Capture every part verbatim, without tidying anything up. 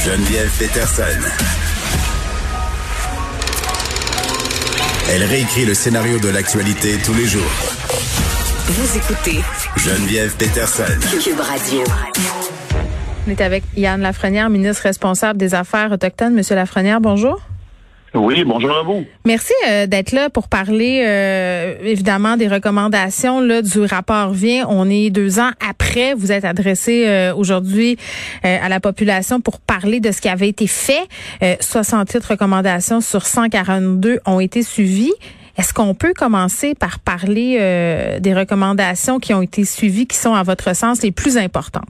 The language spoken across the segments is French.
Geneviève Peterson. Elle réécrit le scénario de l'actualité tous les jours. Vous écoutez Geneviève Peterson. Cube Radio. On est avec Yann Lafrenière, ministre responsable des Affaires autochtones. Monsieur Lafrenière, bonjour. Oui, bonjour à vous. Merci euh, d'être là pour parler euh, évidemment des recommandations là du rapport Vien. On est deux ans après. Vous êtes adressé euh, aujourd'hui euh, à la population pour parler de ce qui avait été fait. Euh, soixante-huit recommandations sur cent quarante-deux ont été suivies. Est-ce qu'on peut commencer par parler euh, des recommandations qui ont été suivies, qui sont à votre sens les plus importantes?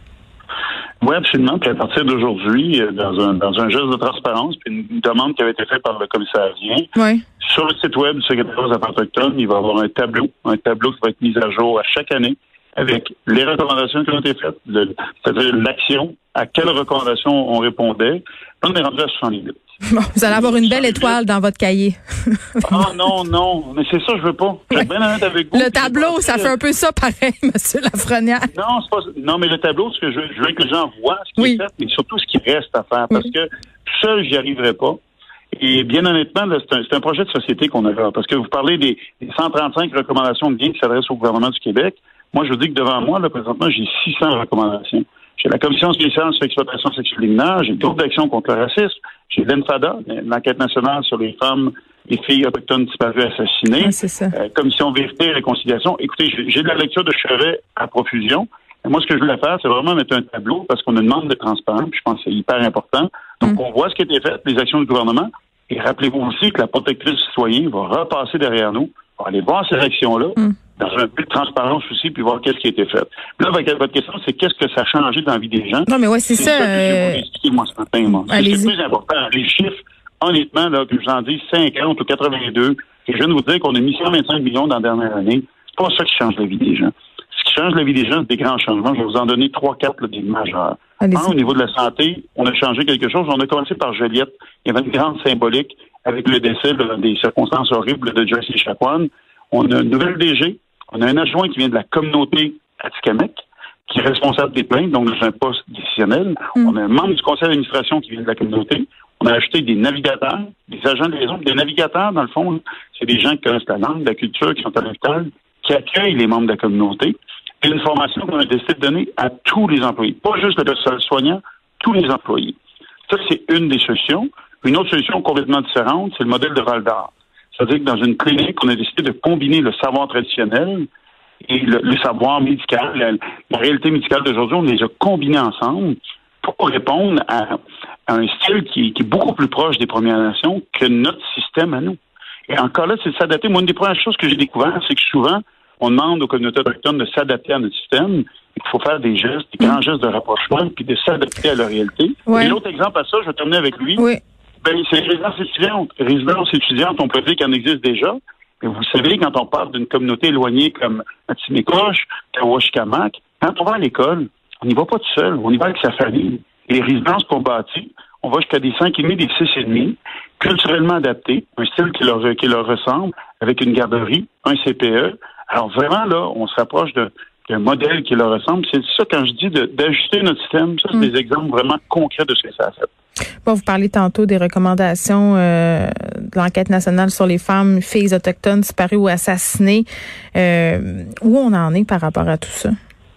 Oui, absolument. Puis à partir d'aujourd'hui, dans un dans un geste de transparence, puis une demande qui avait été faite par le commissaire Vien, oui. Sur le site web du secrétaire des Affaires autochtones, il va y avoir un tableau, un tableau qui va être mis à jour à chaque année avec les recommandations qui ont été faites, le, c'est-à-dire l'action, à quelles recommandations on répondait. Là, on est rendu à soixante-dix. Bon, vous allez avoir une belle étoile dans votre cahier. Ah non, non, mais c'est ça, je veux pas. Je vais être bien honnête avec vous. Le tableau, ça fait un peu ça pareil, Monsieur Lafrenière. Non, c'est pas non, mais le tableau, ce que je veux, je veux que les gens voient ce qui oui. est fait, mais surtout ce qui reste à faire, parce oui. que tout seul, j'y arriverai pas. Et bien honnêtement, là, c'est, un, c'est un projet de société qu'on avait, parce que vous parlez des, des cent trente-cinq recommandations de bien qui s'adressent au gouvernement du Québec. Moi, je vous dis que devant moi, là, présentement, j'ai six cents recommandations. J'ai la Commission spéciale sur l'exploitation sexuelle des mineurs, j'ai le groupe d'action contre le racisme, j'ai l'E N F A D A, l'enquête nationale sur les femmes, les filles autochtones disparues assassinées, ah, c'est ça. Euh, Commission vérité et réconciliation. Écoutez, j'ai, j'ai de la lecture de chevet à profusion. Et moi, ce que je voulais faire, c'est vraiment mettre un tableau parce qu'on a une demande de transparence, puis je pense que c'est hyper important. Donc, mm. on voit ce qui a été fait, les actions du gouvernement. Et rappelez-vous aussi que la protectrice du citoyen va repasser derrière nous, va aller voir ces actions-là, mm. dans un but de transparence aussi, puis voir qu'est-ce qui a été fait. Là, votre question, c'est qu'est-ce que ça a changé dans la vie des gens? Non, mais ouais, c'est, c'est ça. ça que euh... je vais vous expliquer, moi, ce matin, moi. C'est le plus important. Les chiffres, honnêtement, là, que je vous en dis, cinquante ou quatre-vingt-deux, et je viens de vous dire qu'on a mis cent vingt-cinq millions dans la dernière année, c'est pas ça qui change la vie des gens. Ce qui change la vie des gens, c'est des grands changements. Je vais vous en donner trois, quatre, là, des majeurs. Allez-y. Un, au niveau de la santé, on a changé quelque chose. On a commencé par Joliette. Il y avait une grande symbolique avec le décès là, des circonstances horribles de Joyce Echaquan. On a une nouvelle D G. On a un adjoint qui vient de la communauté Atikamekw, qui est responsable des plaintes, donc dans un poste décisionnel. Mm. On a un membre du conseil d'administration qui vient de la communauté. On a ajouté des navigateurs, des agents de liaison. Des navigateurs, dans le fond, c'est des gens qui connaissent la langue, la culture, qui sont à l'hôpital, qui accueillent les membres de la communauté. C'est une formation qu'on a décidé de donner à tous les employés, pas juste le personnel soignant, tous les employés. Ça, c'est une des solutions. Une autre solution complètement différente, c'est le modèle de Val-d'Or. C'est-à-dire que dans une clinique, on a décidé de combiner le savoir traditionnel et le, le savoir médical, la, la réalité médicale d'aujourd'hui, on les a combinés ensemble pour répondre à, à un style qui, qui est beaucoup plus proche des Premières Nations que notre système à nous. Et encore là, c'est de s'adapter. Moi, une des premières choses que j'ai découvert, c'est que souvent, on demande aux communautés autochtones de s'adapter à notre système. Il faut faire des gestes, des grands gestes de rapprochement, puis de s'adapter à la réalité. Ouais. Et l'autre exemple à ça, je vais terminer avec lui. Oui. Ben, c'est les résidences étudiantes. Les résidences étudiantes, on peut dire qu'il en existe déjà. Mais vous savez, quand on parle d'une communauté éloignée comme Atimicoche, Kawashikamak, quand on va à l'école, on n'y va pas tout seul. On y va avec sa famille. Et les résidences qu'on bâtit, on va jusqu'à des cinq virgule cinq, des six virgule cinq, culturellement adaptés, un style qui leur, qui leur ressemble, avec une garderie, un C P E. Alors vraiment, là, on se rapproche de, d'un modèle qui leur ressemble. C'est ça, quand je dis de, d'ajuster notre système, ça, c'est mmh. des exemples vraiment concrets de ce que ça a fait. Bon, vous parlez tantôt des recommandations euh, de l'enquête nationale sur les femmes, filles autochtones disparues ou assassinées. Euh, où on en est par rapport à tout ça?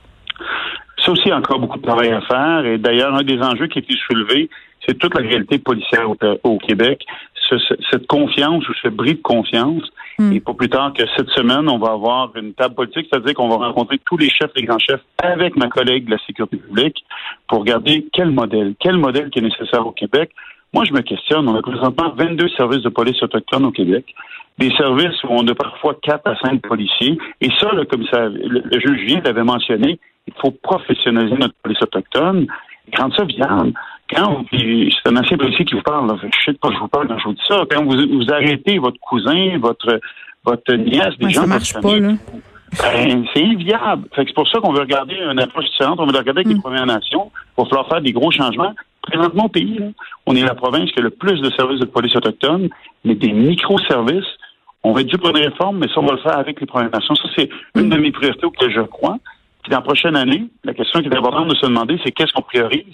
Ça aussi, encore beaucoup de travail à faire. Et d'ailleurs, un des enjeux qui a été soulevé, c'est toute la réalité policière au, au Québec. Ce, ce, cette confiance ou ce bris de confiance. Mm. Et pas plus tard que cette semaine, on va avoir une table politique, c'est-à-dire qu'on va rencontrer tous les chefs, les grands chefs, avec ma collègue de la sécurité publique, pour regarder quel modèle, quel modèle qui est nécessaire au Québec. Moi, je me questionne. On a présentement vingt-deux services de police autochtones au Québec. Des services où on a parfois quatre à cinq policiers. Et ça, là, comme ça, le, le juge Vien l'avait mentionné, il faut professionnaliser notre police autochtone et rendre ça viable. Quand puis c'est un ancien policier qui vous parle, là, je sais pas que je vous parle quand je vous dis ça. Quand vous, vous arrêtez votre cousin, votre votre nièce, des ouais, gens ça marche pas, là. Ben, c'est inviable. Fait que c'est pour ça qu'on veut regarder une approche différente. On veut regarder avec mm. les Premières Nations. Il va falloir faire des gros changements. Présentement au pays, là, on est la province qui a le plus de services de police autochtones, mais des micro-services. On va être dû pour une réforme, mais ça, on va le faire avec les Premières Nations. Ça, c'est une de mes priorités auxquelles je crois. Puis dans la prochaine année, la question qui est importante de se demander, c'est qu'est-ce qu'on priorise?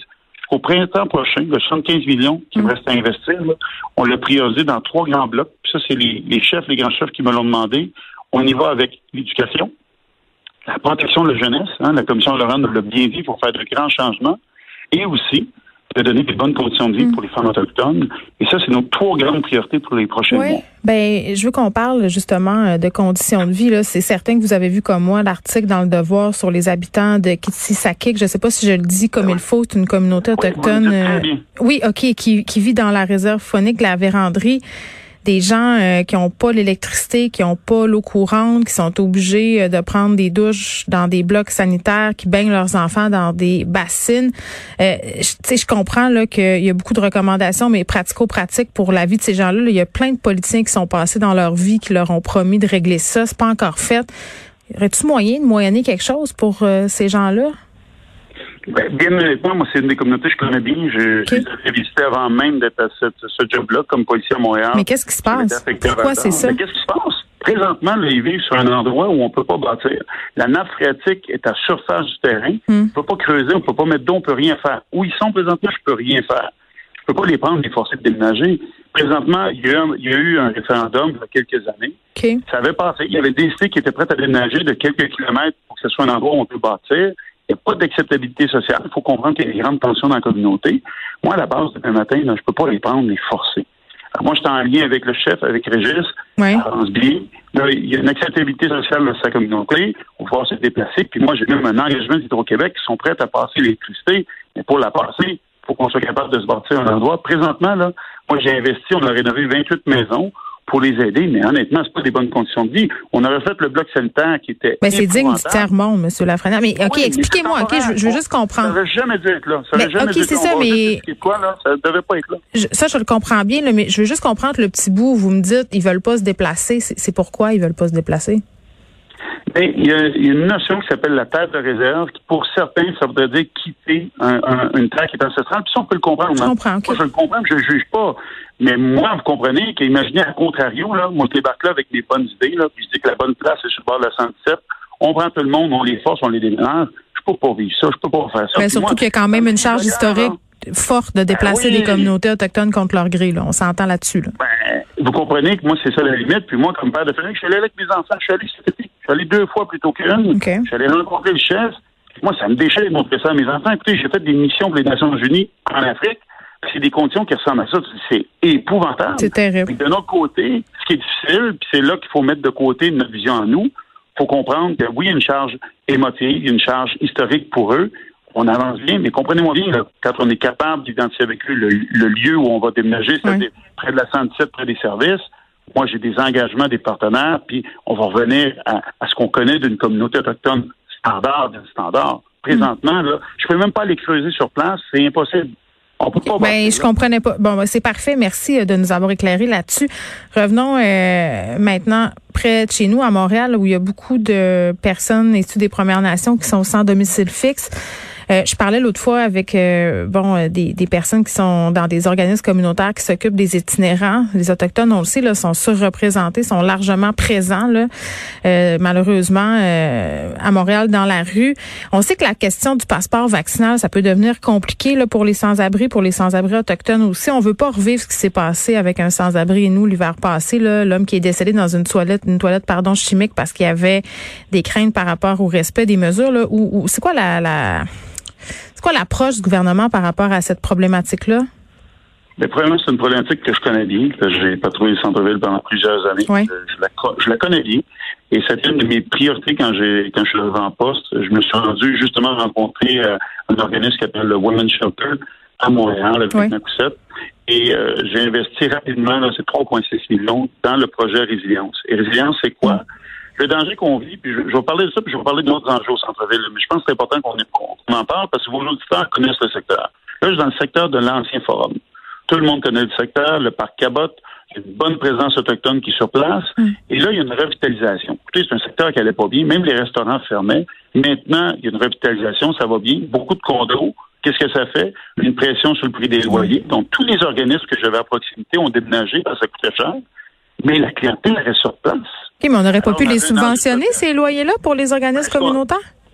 Jusqu'au printemps prochain, le soixante-quinze millions qui me reste à investir, là, on l'a priorisé dans trois grands blocs. Puis ça, c'est les, les chefs, les grands chefs qui me l'ont demandé. On y va avec l'éducation, la protection de la jeunesse. Hein, la Commission Laurent nous l'a bien dit pour faire de grands changements. Et aussi, de donner des bonnes conditions de vie mmh. pour les femmes autochtones. Et ça, c'est nos trois grandes priorités pour les prochains oui. mois. Ben, je veux qu'on parle justement de conditions de vie. Là. C'est certain que vous avez vu comme moi l'article dans Le Devoir sur les habitants de Kitsisakik. Je ne sais pas si je le dis comme ouais. il faut. C'est une communauté autochtone. Oui, très bien. oui OK, qui, qui vit dans la réserve faunique de la Vérandrie. Des gens euh, qui ont pas l'électricité, qui ont pas l'eau courante, qui sont obligés euh, de prendre des douches dans des blocs sanitaires, qui baignent leurs enfants dans des bassines. Euh, tu sais, je comprends là qu'il y a beaucoup de recommandations, mais pratico-pratiques pour la vie de ces gens-là. Là, il y a plein de politiciens qui sont passés dans leur vie, qui leur ont promis de régler ça. C'est pas encore fait. Y aurait-tu moyen de moyenner quelque chose pour euh, ces gens-là? Ben, bien honnêtement, moi, c'est une des communautés que je connais bien. Je, okay. je les ai visitées avant même d'être à ce, ce job-là comme policier à Montréal. Mais qu'est-ce qui se passe? Pourquoi c'est ça? Mais qu'est-ce qui se passe? Présentement, là, ils vivent sur un endroit où on peut pas bâtir. La nappe phréatique est à surface du terrain. Mm. On peut pas creuser, on peut pas mettre d'eau, on peut rien faire. Où ils sont présentement, je peux rien faire. Je peux pas les prendre, les forcer de déménager. Présentement, il y a eu un, il y a eu un référendum il y a quelques années. Okay. Ça avait passé. Il y avait des cités qui étaient prêtes à déménager de quelques kilomètres pour que ce soit un endroit où on peut bâtir. Il n'y a pas d'acceptabilité sociale. Il faut comprendre qu'il y a des grandes tensions dans la communauté. Moi, à la base, depuis le matin, là, je peux pas les prendre, les forcer. Alors, moi, j'étais en lien avec le chef, avec Régis. Oui. Ça avance bien. Là, il y a une acceptabilité sociale dans sa communauté. On va pouvoir se déplacer. Puis moi, j'ai même un engagement d'Hydro-Québec qui sont prêts à passer l'électricité. Mais pour la passer, il faut qu'on soit capable de se bâtir un endroit. Présentement, là, moi, j'ai investi, on a rénové vingt-huit maisons pour les aider, mais honnêtement, c'est pas des bonnes conditions de vie. On aurait fait le bloc sanitaire qui était mais c'est digne du tiers-monde, M. Lafrenière. Mais OK, oui, expliquez-moi, OK, je, je veux juste comprendre. Ça n'aurait jamais dû être là. Ça mais, jamais OK, dû c'est être ça, mais... Quoi, là? Ça ne devait pas être là. Je, ça, je le comprends bien, là, mais je veux juste comprendre le petit bout où vous me dites ils veulent pas se déplacer. C'est, c'est pourquoi ils veulent pas se déplacer? Bien, il y a une notion qui s'appelle la terre de réserve, qui pour certains, ça voudrait dire quitter un, un, une terre qui est ancestrale. Puis ça, on peut le comprendre. Je comprends, okay. Moi, je le comprends, je ne juge pas. Mais moi, vous comprenez qu'imaginez à contrario, là, moi, je débarque là avec des bonnes idées, là, puis je dis que la bonne place est sur le bord de la cent dix-sept. On prend tout le monde, on les force, on les déménage. Je peux pas vivre ça, je peux pas faire ça. Mais surtout moi, qu'il y a quand même une charge historique forte de déplacer ben oui. des communautés autochtones contre leur gré, là. On s'entend là-dessus, là. Ben, vous comprenez que moi, c'est ça la limite. Puis moi, comme père de famille, je suis allé avec mes enfants, je suis allé cet été. Je suis allé deux fois plutôt qu'une. Okay. Je suis allé rencontrer le chef. Moi, ça me déchire de montrer ça à mes enfants. Écoutez, j'ai fait des missions pour les Nations Unies en Afrique. C'est des conditions qui ressemblent à ça. C'est épouvantable. C'est terrible. Et de notre côté, ce qui est difficile, puis c'est là qu'il faut mettre de côté notre vision à nous, il faut comprendre que oui, il y a une charge émotive, il y a une charge historique pour eux. On avance bien, mais comprenez-moi bien, là, quand on est capable d'identifier avec eux le, le lieu où on va déménager, c'est-à-dire oui. près de la cent dix-sept, près des services, moi, j'ai des engagements des partenaires, puis on va revenir à, à ce qu'on connaît d'une communauté autochtone standard, d'un standard. Présentement, là, je peux même pas les creuser sur place, c'est impossible. On peut pas. Ben, je comprenais pas. Bon, c'est parfait. Merci de nous avoir éclairé là-dessus. Revenons euh, maintenant près de chez nous, à Montréal, où il y a beaucoup de personnes issues des Premières Nations qui sont sans domicile fixe. Euh, je parlais l'autre fois avec euh, bon des, des personnes qui sont dans des organismes communautaires qui s'occupent des itinérants. Les Autochtones, on le sait, là, sont surreprésentés, sont largement présents, là, euh, malheureusement, euh, à Montréal, dans la rue. On sait que la question du passeport vaccinal, ça peut devenir compliqué là, pour les sans-abri, pour les sans-abri autochtones aussi. On veut pas revivre ce qui s'est passé avec un sans-abri et nous l'hiver passé, là, l'homme qui est décédé dans une toilette, une toilette pardon chimique parce qu'il y avait des craintes par rapport au respect des mesures. Là, ou, ou c'est quoi la, la C'est quoi l'approche du gouvernement par rapport à cette problématique-là? Mais premièrement, c'est une problématique que je connais bien, que j'ai patrouillé le centre-ville pendant plusieurs années. Oui. Je, je, la, je la connais bien. Et c'était une de mes priorités quand j'ai quand je suis arrivé en poste. Je me suis rendu justement rencontrer euh, un organisme qui s'appelle le Women's Shelter à Montréal, avec oui. Macoussette. Et euh, j'ai investi rapidement, là, c'est trois virgule six millions dans le projet Résilience. Et Résilience, c'est quoi? Mm. Le danger qu'on vit, puis je, je vais parler de ça, puis je vais parler d'autres enjeux au centre-ville, mais je pense que c'est important qu'on, qu'on en parle parce que vos auditeurs connaissent le secteur. Là, je suis dans le secteur de l'ancien forum. Tout le monde connaît le secteur, le parc Cabot, il y a une bonne présence autochtone qui est sur place, mm. et là, il y a une revitalisation. Écoutez, c'est un secteur qui allait pas bien, même les restaurants fermaient. Maintenant, il y a une revitalisation, ça va bien, beaucoup de condos. Qu'est-ce que ça fait? Une pression sur le prix des loyers. Donc, tous les organismes que j'avais à proximité ont déménagé parce que ça coûtait cher, mais la clientèle reste sur place. OK, mais on n'aurait pas Alors, pu les subventionner, ces loyers-là, pour les organismes communautaires?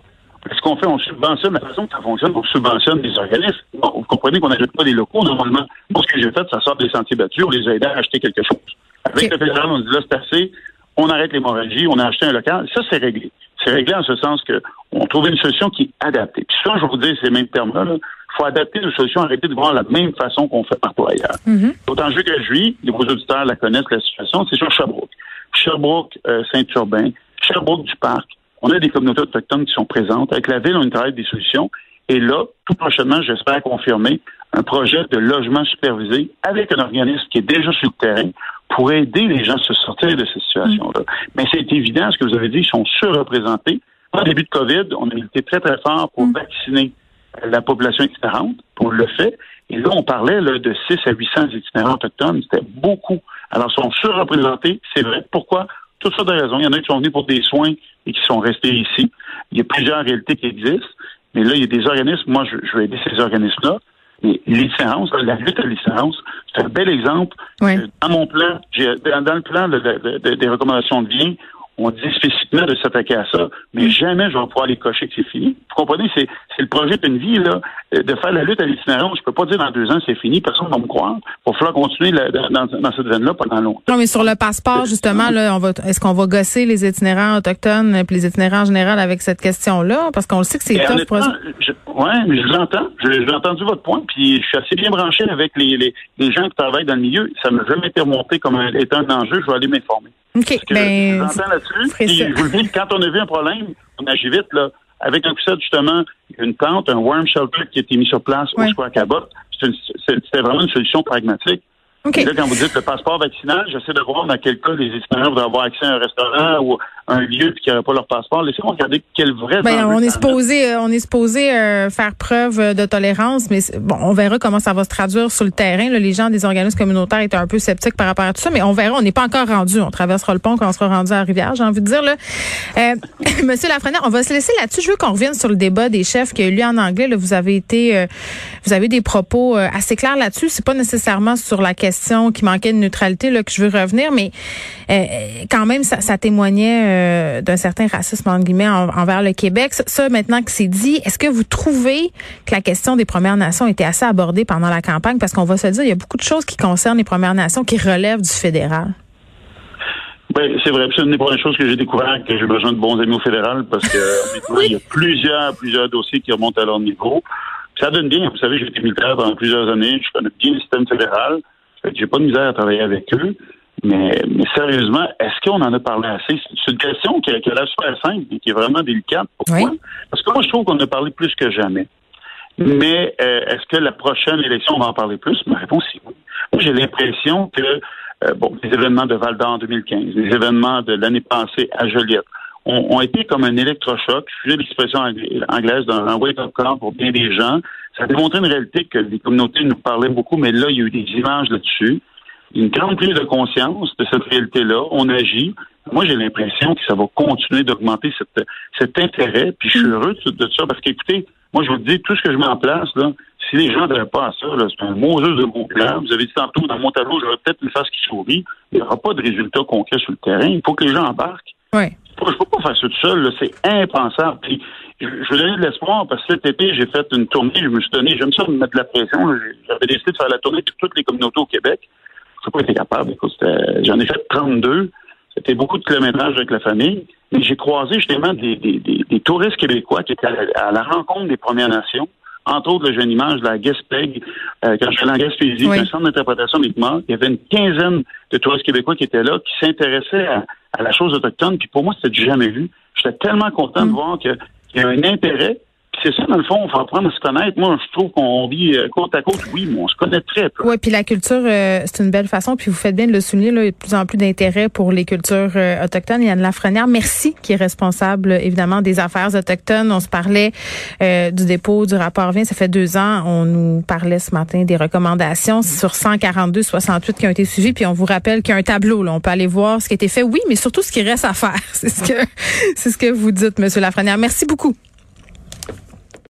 Ce qu'on fait, on subventionne, la façon que ça fonctionne, on subventionne des organismes. Bon, vous comprenez qu'on n'achète pas des locaux, normalement. Moi, ce que j'ai fait, ça sort des sentiers battus, on les a aidés à acheter quelque chose. Avec okay. le fédéral, on dit là, c'est assez, on arrête l'hémorragie, on a acheté un local. Ça, c'est réglé. C'est réglé en ce sens que on trouve une solution qui est adaptée. Puis ça, je vous dis, ces mêmes termes-là, il faut adapter nos solutions, arrêter de voir la même façon qu'on fait partout ailleurs. Mm-hmm. D'autant que je vis, les vos auditeurs la connaissent, la situation, c'est sur Sherbrooke. Sherbrooke, euh, Saint-Urbain, Sherbrooke du Parc. On a des communautés autochtones qui sont présentes. Avec la ville, on travaille des solutions. Et là, tout prochainement, j'espère confirmer un projet de logement supervisé avec un organisme qui est déjà sur le terrain pour aider les gens à se sortir de cette situation-là. Mmh. Mais c'est évident, ce que vous avez dit, ils sont surreprésentés. Au début de COVID, on a milité très, très fort pour mmh. vacciner la population itinérante. On le fait. Et là, on parlait là, de six à huit cents itinérants autochtones. C'était beaucoup. Alors, ils sont surreprésentés, c'est vrai. Pourquoi? Toutes sortes de raisons. Il y en a qui sont venus pour des soins et qui sont restés ici. Il y a plusieurs réalités qui existent. Mais là, il y a des organismes. Moi, je, je vais aider ces organismes-là. Mais l'itinérance, la lutte à l'itinérance, c'est un bel exemple. Oui. Dans mon plan, j'ai, dans, dans le plan de, de, de, des recommandations de bien, on dit spécifiquement de s'attaquer à ça, mais jamais je vais pouvoir les cocher que c'est fini. Vous comprenez, c'est, c'est le projet d'une vie, là, de faire la lutte à l'itinérance. Je peux pas dire dans deux ans c'est fini, personne va me croire. Il va falloir continuer la, dans, dans cette veine-là pendant longtemps. Non, mais sur le passeport, justement, là, on va, est-ce qu'on va gosser les itinérants autochtones et les itinérants en général avec cette question-là? Parce qu'on le sait que c'est tough pour eux. Oui, mais je l'entends. Je, j'ai entendu votre point, puis je suis assez bien branché avec les, les, les gens qui travaillent dans le milieu. Ça ne m'a jamais été remonté comme un, étant un enjeu. Je vais aller m'informer. OK. Ben, je l'entends là-dessus. Puis, je vous le dis, quand on a vu un problème, on agit vite, là. Avec un coup de justement, une tente, un worm shelter qui a été mis sur place oui. au Square Cabot. C'était vraiment une solution pragmatique. Okay. Et là, quand vous dites le passeport vaccinal, j'essaie de voir dans quel cas les itinérants voudraient avoir accès à un restaurant ou un lieu puis qu'ils n'auraient pas leur passeport. Laissez-moi regarder quel vrai... Ben, on est supposé, on est supposé euh, faire preuve de tolérance, mais bon, on verra comment ça va se traduire sur le terrain. Là, les gens des organismes communautaires étaient un peu sceptiques par rapport à tout ça, mais on verra. On n'est pas encore rendu. On traversera le pont quand on sera rendu à Rivière, j'ai envie de dire. Là. Euh, Monsieur Lafrenière, on va se laisser là-dessus. Je veux qu'on revienne sur le débat des chefs qui a eu lieu en anglais. Là, vous avez été, euh, vous avez eu des propos euh, assez clairs là-dessus. C'est pas nécessairement sur la question qui manquait de neutralité là que je veux revenir, mais euh, quand même, ça, ça témoignait euh, d'un certain racisme entre guillemets en, envers le Québec. Ça, ça, maintenant que c'est dit, est-ce que vous trouvez que la question des Premières Nations était assez abordée pendant la campagne? Parce qu'on va se dire, il y a beaucoup de choses qui concernent les Premières Nations qui relèvent du fédéral. Oui, c'est vrai. C'est une des premières choses que j'ai découvert, que j'ai besoin de bons amis au fédéral, parce que oui. il y a plusieurs, plusieurs dossiers qui remontent à leur niveau. Ça donne bien. Vous savez, j'ai été militaire pendant plusieurs années. Je connais bien le système fédéral. J'ai pas de misère à travailler avec eux. Mais, mais sérieusement, est-ce qu'on en a parlé assez? C'est une question qui a, qui a l'air super simple et qui est vraiment délicate. Pourquoi? Oui. Parce que moi, je trouve qu'on en a parlé plus que jamais. Mais euh, est-ce que la prochaine élection, on va en parler plus? Ma réponse est oui. Moi, j'ai l'impression que euh, bon, les événements de Val-d'Or en deux mille quinze, les événements de l'année passée à Joliette, ont, ont été comme un électrochoc. Je faisais l'expression anglaise d'un wake-up call pour bien des gens. Ça a démontré une réalité que les communautés nous parlaient beaucoup, mais là, il y a eu des images là-dessus. Une grande prise de conscience de cette réalité-là. On agit. Moi, j'ai l'impression que ça va continuer d'augmenter cette, cet intérêt. Puis je suis heureux de, de ça parce qu'écoutez, moi, je vous dis, tout ce que je mets en place, là, si les gens n'avaient pas à ça, là, c'est un Moses de bon plan. Vous avez dit tantôt, dans mon tableau, j'aurais peut-être une face qui sourit. Il n'y aura pas de résultats concrets sur le terrain. Il faut que les gens embarquent. Oui. Je ne peux pas faire ça tout seul, là. C'est impensable. Puis, je, je veux donner de l'espoir parce que cet été, j'ai fait une tournée, je me suis donné, j'aime ça me mettre de la pression. Là. J'avais décidé de faire la tournée de toutes les communautés au Québec. Je n'ai pas été capable. Écoute, j'en ai fait trente-deux. C'était beaucoup de kilométrage avec la famille. Mais j'ai croisé justement des, des, des, des touristes québécois qui étaient à la, à la rencontre des Premières Nations. Entre autres, le jeune image de la Gaspésie, euh, quand je suis allé en Gaspésie, oui. un centre d'interprétation des morts, il y avait une quinzaine de touristes québécois qui étaient là, qui s'intéressaient à, à la chose autochtone. Puis pour moi, c'était du jamais vu. J'étais tellement content mm. de voir qu'il y a un intérêt. Puis c'est ça, dans le fond, on va apprendre à se connaître. Moi, je trouve qu'on vit côte à côte, oui, mais on se connaît très peu. Oui, puis la culture, euh, c'est une belle façon. Puis vous faites bien de le souligner, là, il y a de plus en plus d'intérêt pour les cultures euh, autochtones. Yann Lafrenière, merci, qui est responsable, évidemment, des affaires autochtones. On se parlait euh, du dépôt du rapport Vien. Ça fait deux ans. On nous parlait ce matin des recommandations sur cent quarante-deux soixante-huit qui ont été suivies. Puis on vous rappelle qu'il y a un tableau. Là. On peut aller voir ce qui a été fait. Oui, mais surtout ce qui reste à faire. C'est ce que, c'est ce que vous dites, M. Lafrenière. Merci beaucoup.